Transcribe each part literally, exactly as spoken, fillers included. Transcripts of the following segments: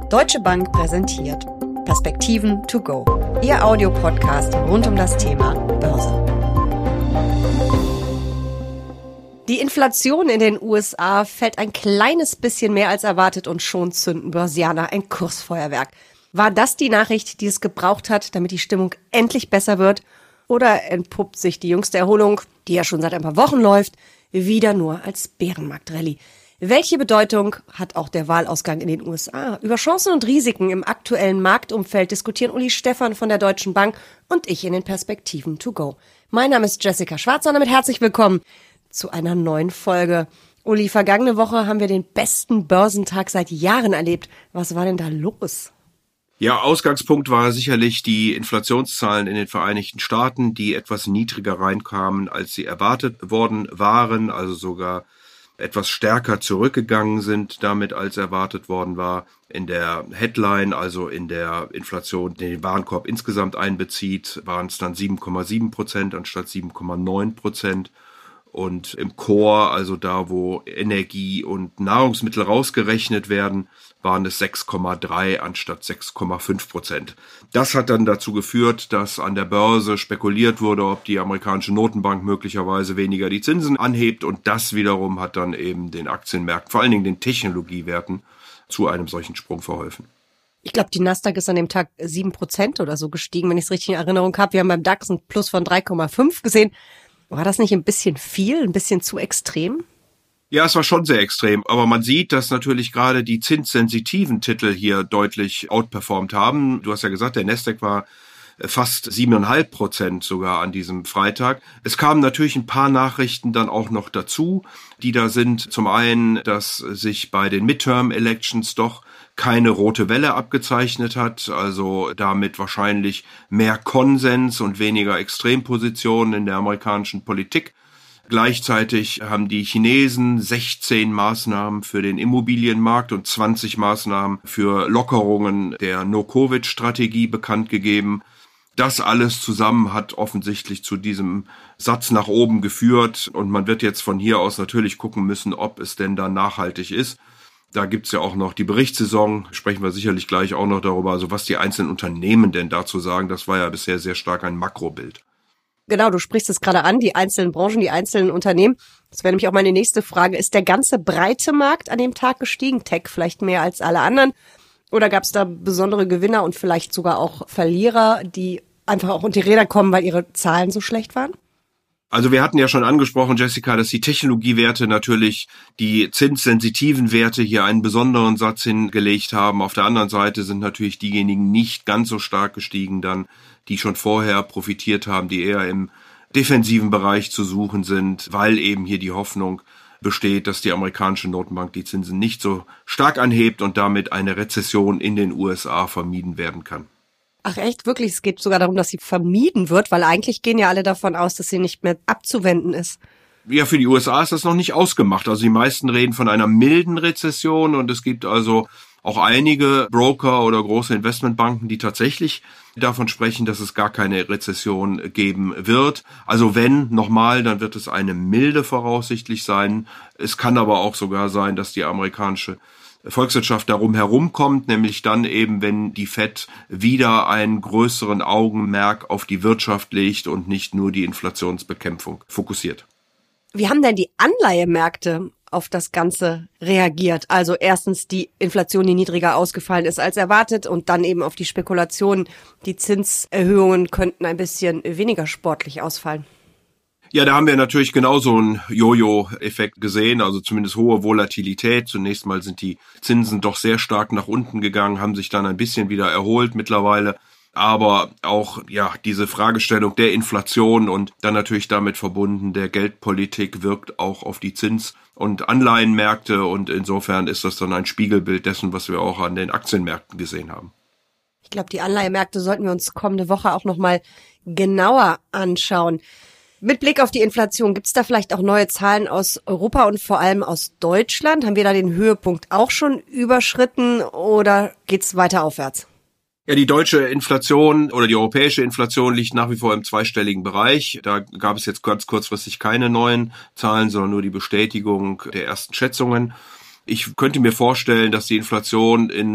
Deutsche Bank präsentiert Perspektiven to go, Ihr Audiopodcast rund um das Thema Börse. Die Inflation in den U S A fällt ein kleines bisschen mehr als erwartet und schon zünden Börsianer ein Kursfeuerwerk. War das die Nachricht, die es gebraucht hat, damit die Stimmung endlich besser wird? Oder entpuppt sich die jüngste Erholung, die ja schon seit ein paar Wochen läuft, wieder nur als Bärenmarktrallye? Welche Bedeutung hat auch der Wahlausgang in den U S A? Über Chancen und Risiken im aktuellen Marktumfeld diskutieren Uli Stephan von der Deutschen Bank und ich in den Perspektiven to go. Mein Name ist Jessica Schwarz und damit herzlich willkommen zu einer neuen Folge. Uli, vergangene Woche haben wir den besten Börsentag seit Jahren erlebt. Was war denn da los? Ja, Ausgangspunkt war sicherlich die Inflationszahlen in den Vereinigten Staaten, die etwas niedriger reinkamen, als sie erwartet worden waren, also sogar etwas stärker zurückgegangen sind damit, als erwartet worden war. In der Headline, also in der Inflation, die den Warenkorb insgesamt einbezieht, waren es dann sieben Komma sieben Prozent anstatt sieben Komma neun Prozent. Und im Core, also da, wo Energie und Nahrungsmittel rausgerechnet werden, waren es sechs Komma drei anstatt sechs Komma fünf Prozent. Das hat dann dazu geführt, dass an der Börse spekuliert wurde, ob die amerikanische Notenbank möglicherweise weniger die Zinsen anhebt. Und das wiederum hat dann eben den Aktienmärkten, vor allen Dingen den Technologiewerten, zu einem solchen Sprung verholfen. Ich glaube, die Nasdaq ist an dem Tag sieben Prozent oder so gestiegen, wenn ich es richtig in Erinnerung habe. Wir haben beim DAX ein Plus von drei Komma fünf gesehen. War das nicht ein bisschen viel, ein bisschen zu extrem? Ja, es war schon sehr extrem, aber man sieht, dass natürlich gerade die zinssensitiven Titel hier deutlich outperformt haben. Du hast ja gesagt, der Nasdaq war fast sieben Komma fünf Prozent sogar an diesem Freitag. Es kamen natürlich ein paar Nachrichten dann auch noch dazu, die da sind. Zum einen, dass sich bei den Midterm-Elections doch keine rote Welle abgezeichnet hat, also damit wahrscheinlich mehr Konsens und weniger Extrempositionen in der amerikanischen Politik. Gleichzeitig haben die Chinesen sechzehn Maßnahmen für den Immobilienmarkt und zwanzig Maßnahmen für Lockerungen der No-Covid-Strategie bekannt gegeben. Das alles zusammen hat offensichtlich zu diesem Satz nach oben geführt und man wird jetzt von hier aus natürlich gucken müssen, ob es denn dann nachhaltig ist. Da gibt's ja auch noch die Berichtssaison, sprechen wir sicherlich gleich auch noch darüber, also was die einzelnen Unternehmen denn dazu sagen. Das war ja bisher sehr stark ein Makrobild. Genau, du sprichst es gerade an, die einzelnen Branchen, die einzelnen Unternehmen. Das wäre nämlich auch meine nächste Frage. Ist der ganze breite Markt an dem Tag gestiegen? Tech vielleicht mehr als alle anderen? Oder gab es da besondere Gewinner und vielleicht sogar auch Verlierer, die einfach auch unter die Räder kommen, weil ihre Zahlen so schlecht waren? Also wir hatten ja schon angesprochen, Jessica, dass die Technologiewerte natürlich die zinssensitiven Werte hier einen besonderen Satz hingelegt haben. Auf der anderen Seite sind natürlich diejenigen nicht ganz so stark gestiegen dann, die schon vorher profitiert haben, die eher im defensiven Bereich zu suchen sind, weil eben hier die Hoffnung besteht, dass die amerikanische Notenbank die Zinsen nicht so stark anhebt und damit eine Rezession in den U S A vermieden werden kann. Ach echt, wirklich? Es geht sogar darum, dass sie vermieden wird, weil eigentlich gehen ja alle davon aus, dass sie nicht mehr abzuwenden ist. Ja, für die U S A ist das noch nicht ausgemacht. Also die meisten reden von einer milden Rezession und es gibt also auch einige Broker oder große Investmentbanken, die tatsächlich davon sprechen, dass es gar keine Rezession geben wird. Also wenn, nochmal, dann wird es eine milde voraussichtlich sein. Es kann aber auch sogar sein, dass die amerikanische Volkswirtschaft darum herumkommt, nämlich dann eben, wenn die Fed wieder einen größeren Augenmerk auf die Wirtschaft legt und nicht nur die Inflationsbekämpfung fokussiert. Wie haben denn die Anleihemärkte auf das Ganze reagiert? Also erstens die Inflation, die niedriger ausgefallen ist als erwartet und dann eben auf die Spekulationen, die Zinserhöhungen könnten ein bisschen weniger sportlich ausfallen. Ja, da haben wir natürlich genauso einen Jojo-Effekt gesehen, also zumindest hohe Volatilität. Zunächst mal sind die Zinsen doch sehr stark nach unten gegangen, haben sich dann ein bisschen wieder erholt mittlerweile. Aber auch ja diese Fragestellung der Inflation und dann natürlich damit verbunden der Geldpolitik wirkt auch auf die Zins- und Anleihenmärkte. Und insofern ist das dann ein Spiegelbild dessen, was wir auch an den Aktienmärkten gesehen haben. Ich glaube, die Anleihemärkte sollten wir uns kommende Woche auch nochmal genauer anschauen. Mit Blick auf die Inflation, gibt es da vielleicht auch neue Zahlen aus Europa und vor allem aus Deutschland? Haben wir da den Höhepunkt auch schon überschritten oder geht's weiter aufwärts? Ja, die deutsche Inflation oder die europäische Inflation liegt nach wie vor im zweistelligen Bereich. Da gab es jetzt ganz kurzfristig keine neuen Zahlen, sondern nur die Bestätigung der ersten Schätzungen. Ich könnte mir vorstellen, dass die Inflation in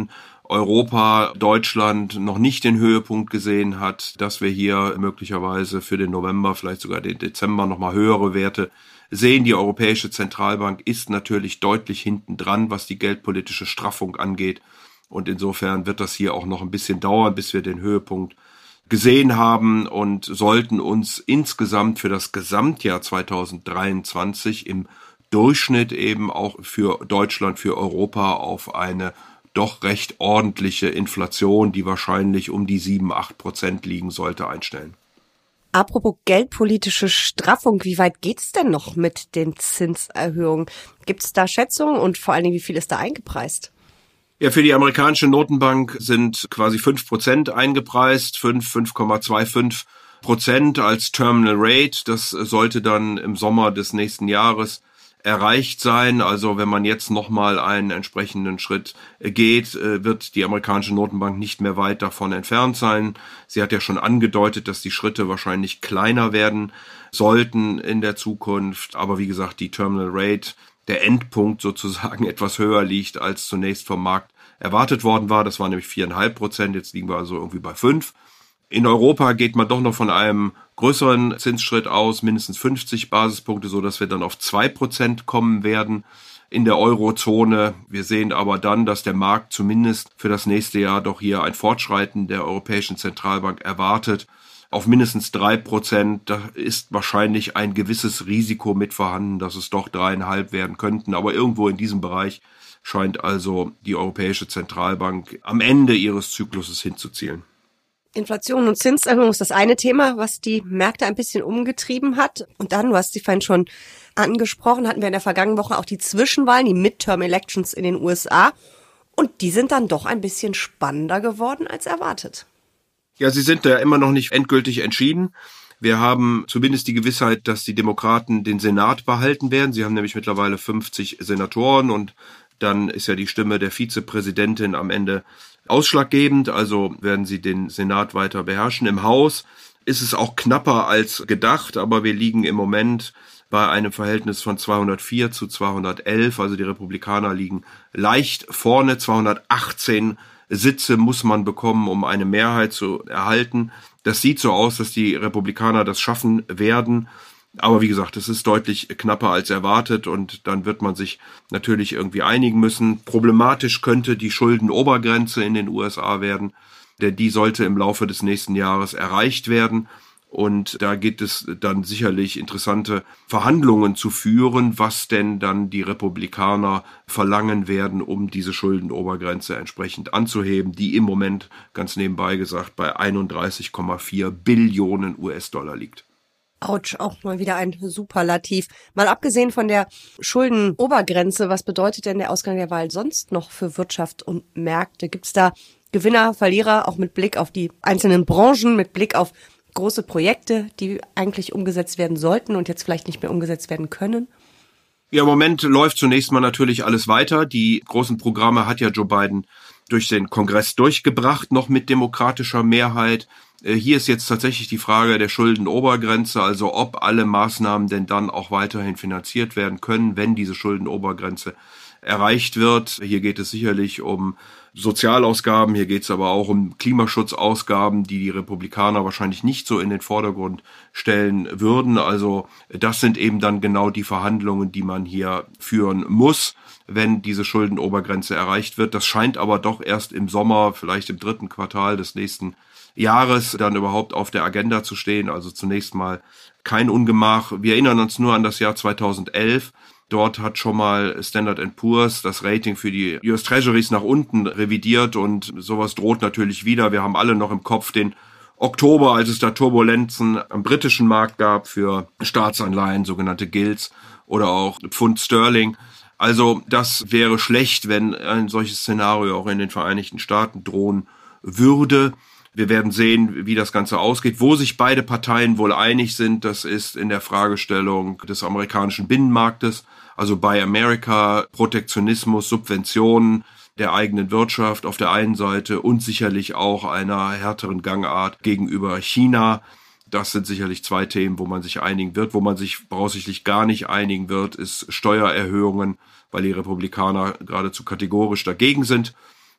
Europa, Deutschland noch nicht den Höhepunkt gesehen hat, dass wir hier möglicherweise für den November, vielleicht sogar den Dezember nochmal höhere Werte sehen. Die Europäische Zentralbank ist natürlich deutlich hinten dran, was die geldpolitische Straffung angeht. Und insofern wird das hier auch noch ein bisschen dauern, bis wir den Höhepunkt gesehen haben und sollten uns insgesamt für das Gesamtjahr zweitausenddreiundzwanzig im Durchschnitt eben auch für Deutschland, für Europa auf eine doch recht ordentliche Inflation, die wahrscheinlich um die sieben, acht Prozent liegen sollte, einstellen. Apropos geldpolitische Straffung, wie weit geht's denn noch mit den Zinserhöhungen? Gibt's da Schätzungen und vor allen Dingen, wie viel ist da eingepreist? Ja, für die amerikanische Notenbank sind quasi fünf Prozent eingepreist, fünf, fünf Komma fünfundzwanzig Prozent als Terminal Rate. Das sollte dann im Sommer des nächsten Jahres erreicht sein. Also wenn man jetzt nochmal einen entsprechenden Schritt geht, wird die amerikanische Notenbank nicht mehr weit davon entfernt sein. Sie hat ja schon angedeutet, dass die Schritte wahrscheinlich kleiner werden sollten in der Zukunft. Aber wie gesagt, die Terminal Rate, der Endpunkt sozusagen, etwas höher liegt, als zunächst vom Markt erwartet worden war. Das war nämlich vier Komma fünf Prozent, jetzt liegen wir also irgendwie bei fünf. In Europa geht man doch noch von einem größeren Zinsschritt aus, mindestens fünfzig Basispunkte, so dass wir dann auf zwei Prozent kommen werden in der Eurozone. Wir sehen aber dann, dass der Markt zumindest für das nächste Jahr doch hier ein Fortschreiten der Europäischen Zentralbank erwartet. Auf mindestens drei Prozent, da ist wahrscheinlich ein gewisses Risiko mit vorhanden, dass es doch dreieinhalb werden könnten. Aber irgendwo in diesem Bereich scheint also die Europäische Zentralbank am Ende ihres Zykluses hinzuzielen. Inflation und Zinserhöhung ist das eine Thema, was die Märkte ein bisschen umgetrieben hat. Und dann, du hast sie vorhin schon angesprochen, hatten wir in der vergangenen Woche auch die Zwischenwahlen, die Midterm-Elections in den U S A. Und die sind dann doch ein bisschen spannender geworden als erwartet. Ja, sie sind da immer noch nicht endgültig entschieden. Wir haben zumindest die Gewissheit, dass die Demokraten den Senat behalten werden. Sie haben nämlich mittlerweile fünfzig Senatoren und dann ist ja die Stimme der Vizepräsidentin am Ende ausschlaggebend. Also werden sie den Senat weiter beherrschen. Im Haus ist es auch knapper als gedacht, aber wir liegen im Moment bei einem Verhältnis von zweihundertvier zu zweihundertelf. Also die Republikaner liegen leicht vorne. zweihundertachtzehn Sitze muss man bekommen, um eine Mehrheit zu erhalten. Das sieht so aus, dass die Republikaner das schaffen werden. Aber wie gesagt, es ist deutlich knapper als erwartet und dann wird man sich natürlich irgendwie einigen müssen. Problematisch könnte die Schuldenobergrenze in den U S A werden, denn die sollte im Laufe des nächsten Jahres erreicht werden. Und da gibt es dann sicherlich interessante Verhandlungen zu führen, was denn dann die Republikaner verlangen werden, um diese Schuldenobergrenze entsprechend anzuheben, die im Moment, ganz nebenbei gesagt, bei einunddreißig Komma vier Billionen U S-Dollar liegt. Autsch, auch mal wieder ein Superlativ. Mal abgesehen von der Schuldenobergrenze, was bedeutet denn der Ausgang der Wahl sonst noch für Wirtschaft und Märkte? Gibt es da Gewinner, Verlierer, auch mit Blick auf die einzelnen Branchen, mit Blick auf große Projekte, die eigentlich umgesetzt werden sollten und jetzt vielleicht nicht mehr umgesetzt werden können? Ja, im Moment läuft zunächst mal natürlich alles weiter. Die großen Programme hat ja Joe Biden durch den Kongress durchgebracht, noch mit demokratischer Mehrheit. Hier ist jetzt tatsächlich die Frage der Schuldenobergrenze, also ob alle Maßnahmen denn dann auch weiterhin finanziert werden können, wenn diese Schuldenobergrenze erreicht wird. Hier geht es sicherlich um Sozialausgaben, hier geht es aber auch um Klimaschutzausgaben, die die Republikaner wahrscheinlich nicht so in den Vordergrund stellen würden. Also das sind eben dann genau die Verhandlungen, die man hier führen muss, wenn diese Schuldenobergrenze erreicht wird. Das scheint aber doch erst im Sommer, vielleicht im dritten Quartal des nächsten Jahres dann überhaupt auf der Agenda zu stehen. Also zunächst mal kein Ungemach. Wir erinnern uns nur an das Jahr zweitausendelf. Dort hat schon mal Standard and Poor's das Rating für die U S Treasuries nach unten revidiert und sowas droht natürlich wieder. Wir haben alle noch im Kopf den Oktober, als es da Turbulenzen am britischen Markt gab für Staatsanleihen, sogenannte Gilts oder auch Pfund Sterling. Also das wäre schlecht, wenn ein solches Szenario auch in den Vereinigten Staaten drohen würde. Wir werden sehen, wie das Ganze ausgeht. Wo sich beide Parteien wohl einig sind, das ist in der Fragestellung des amerikanischen Binnenmarktes, also Buy America, Protektionismus, Subventionen der eigenen Wirtschaft auf der einen Seite und sicherlich auch einer härteren Gangart gegenüber China. Das sind sicherlich zwei Themen, wo man sich einigen wird. Wo man sich voraussichtlich gar nicht einigen wird, ist Steuererhöhungen, weil die Republikaner geradezu kategorisch dagegen sind.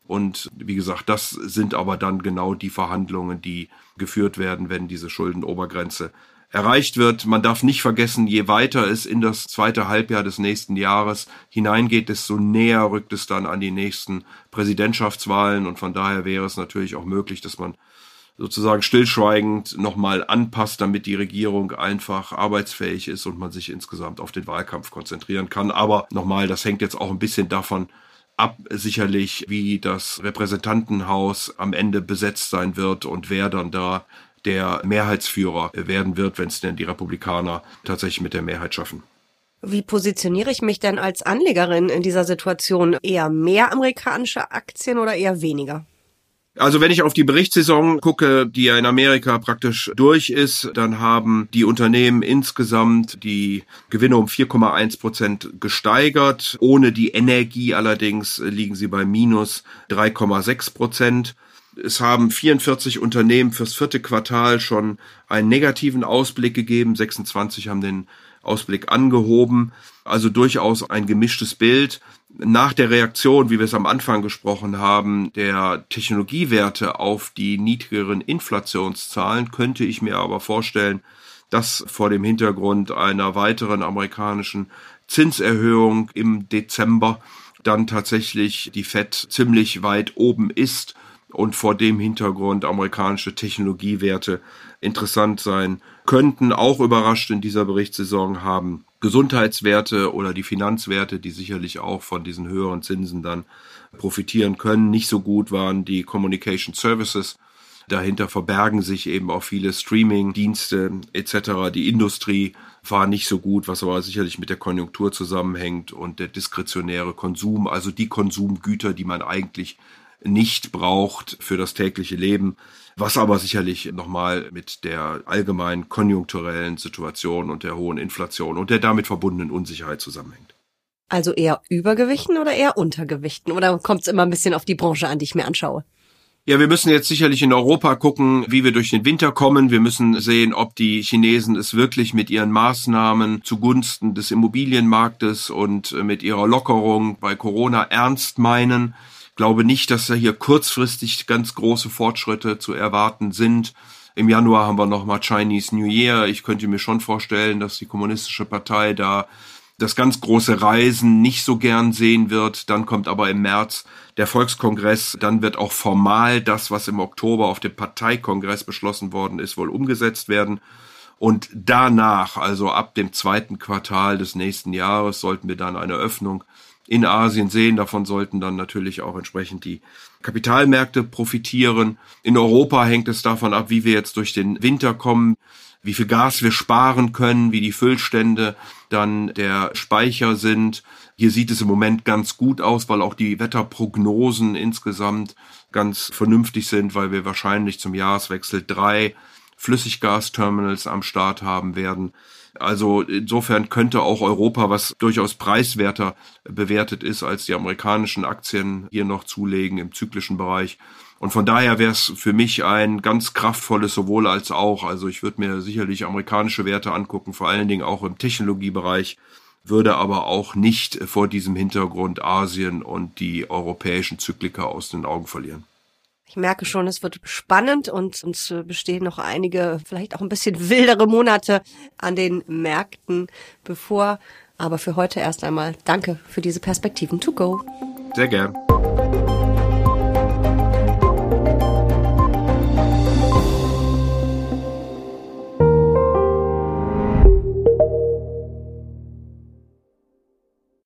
Und wie gesagt, das sind aber dann genau die Verhandlungen, die geführt werden, wenn diese Schuldenobergrenze erreicht wird. Man darf nicht vergessen, je weiter es in das zweite Halbjahr des nächsten Jahres hineingeht, desto näher rückt es dann an die nächsten Präsidentschaftswahlen. Und von daher wäre es natürlich auch möglich, dass man sozusagen stillschweigend nochmal anpasst, damit die Regierung einfach arbeitsfähig ist und man sich insgesamt auf den Wahlkampf konzentrieren kann. Aber nochmal, das hängt jetzt auch ein bisschen davon ab, sicherlich, wie das Repräsentantenhaus am Ende besetzt sein wird und wer dann da der Mehrheitsführer werden wird, wenn es denn die Republikaner tatsächlich mit der Mehrheit schaffen. Wie positioniere ich mich denn als Anlegerin in dieser Situation? Eher mehr amerikanische Aktien oder eher weniger? Also wenn ich auf die Berichtssaison gucke, die ja in Amerika praktisch durch ist, dann haben die Unternehmen insgesamt die Gewinne um vier Komma eins Prozent gesteigert. Ohne die Energie allerdings liegen sie bei minus drei Komma sechs Prozent. Es haben vierundvierzig Unternehmen fürs vierte Quartal schon einen negativen Ausblick gegeben. sechsundzwanzig haben den Ausblick angehoben. Also durchaus ein gemischtes Bild. Nach der Reaktion, wie wir es am Anfang gesprochen haben, der Technologiewerte auf die niedrigeren Inflationszahlen, könnte ich mir aber vorstellen, dass vor dem Hintergrund einer weiteren amerikanischen Zinserhöhung im Dezember dann tatsächlich die Fed ziemlich weit oben ist und vor dem Hintergrund amerikanische Technologiewerte interessant sein könnten. Auch überrascht in dieser Berichtssaison haben Gesundheitswerte oder die Finanzwerte, die sicherlich auch von diesen höheren Zinsen dann profitieren können. Nicht so gut waren die Communication Services. Dahinter verbergen sich eben auch viele Streaming-Dienste et cetera. Die Industrie war nicht so gut, was aber sicherlich mit der Konjunktur zusammenhängt und der diskretionäre Konsum, also die Konsumgüter, die man eigentlich nicht braucht für das tägliche Leben, was aber sicherlich nochmal mit der allgemeinen konjunkturellen Situation und der hohen Inflation und der damit verbundenen Unsicherheit zusammenhängt. Also eher Übergewichten oder eher Untergewichten? Oder kommt es immer ein bisschen auf die Branche an, die ich mir anschaue? Ja, wir müssen jetzt sicherlich in Europa gucken, wie wir durch den Winter kommen. Wir müssen sehen, ob die Chinesen es wirklich mit ihren Maßnahmen zugunsten des Immobilienmarktes und mit ihrer Lockerung bei Corona ernst meinen. Ich glaube nicht, dass da hier kurzfristig ganz große Fortschritte zu erwarten sind. Im Januar haben wir nochmal Chinese New Year. Ich könnte mir schon vorstellen, dass die Kommunistische Partei da das ganz große Reisen nicht so gern sehen wird. Dann kommt aber im März der Volkskongress. Dann wird auch formal das, was im Oktober auf dem Parteikongress beschlossen worden ist, wohl umgesetzt werden. Und danach, also ab dem zweiten Quartal des nächsten Jahres, sollten wir dann eine Öffnung in Asien sehen. Davon sollten dann natürlich auch entsprechend die Kapitalmärkte profitieren. In Europa hängt es davon ab, wie wir jetzt durch den Winter kommen, wie viel Gas wir sparen können, wie die Füllstände dann der Speicher sind. Hier sieht es im Moment ganz gut aus, weil auch die Wetterprognosen insgesamt ganz vernünftig sind, weil wir wahrscheinlich zum Jahreswechsel drei Flüssiggasterminals am Start haben werden. Also insofern könnte auch Europa, was durchaus preiswerter bewertet ist als die amerikanischen Aktien, hier noch zulegen im zyklischen Bereich. Und von daher wäre es für mich ein ganz kraftvolles sowohl als auch. Also ich würde mir sicherlich amerikanische Werte angucken, vor allen Dingen auch im Technologiebereich, würde aber auch nicht vor diesem Hintergrund Asien und die europäischen Zyklika aus den Augen verlieren. Ich merke schon, es wird spannend und uns bestehen noch einige, vielleicht auch ein bisschen wildere Monate an den Märkten bevor. Aber für heute erst einmal danke für diese Perspektiven to go. Sehr gern.